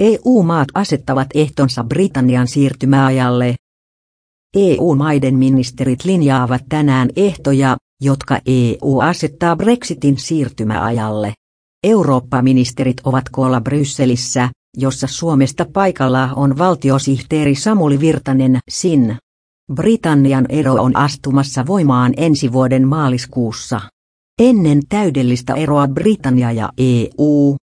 EU-maat asettavat ehtonsa Britannian siirtymäajalle. EU-maiden ministerit linjaavat tänään ehtoja, jotka EU asettaa Brexitin siirtymäajalle. Eurooppa-ministerit ovat koolla Brysselissä, jossa Suomesta paikalla on valtiosihteeri Samuli Virtanen SIN. Britannian ero on astumassa voimaan ensi vuoden maaliskuussa. Ennen täydellistä eroa Britannia ja EU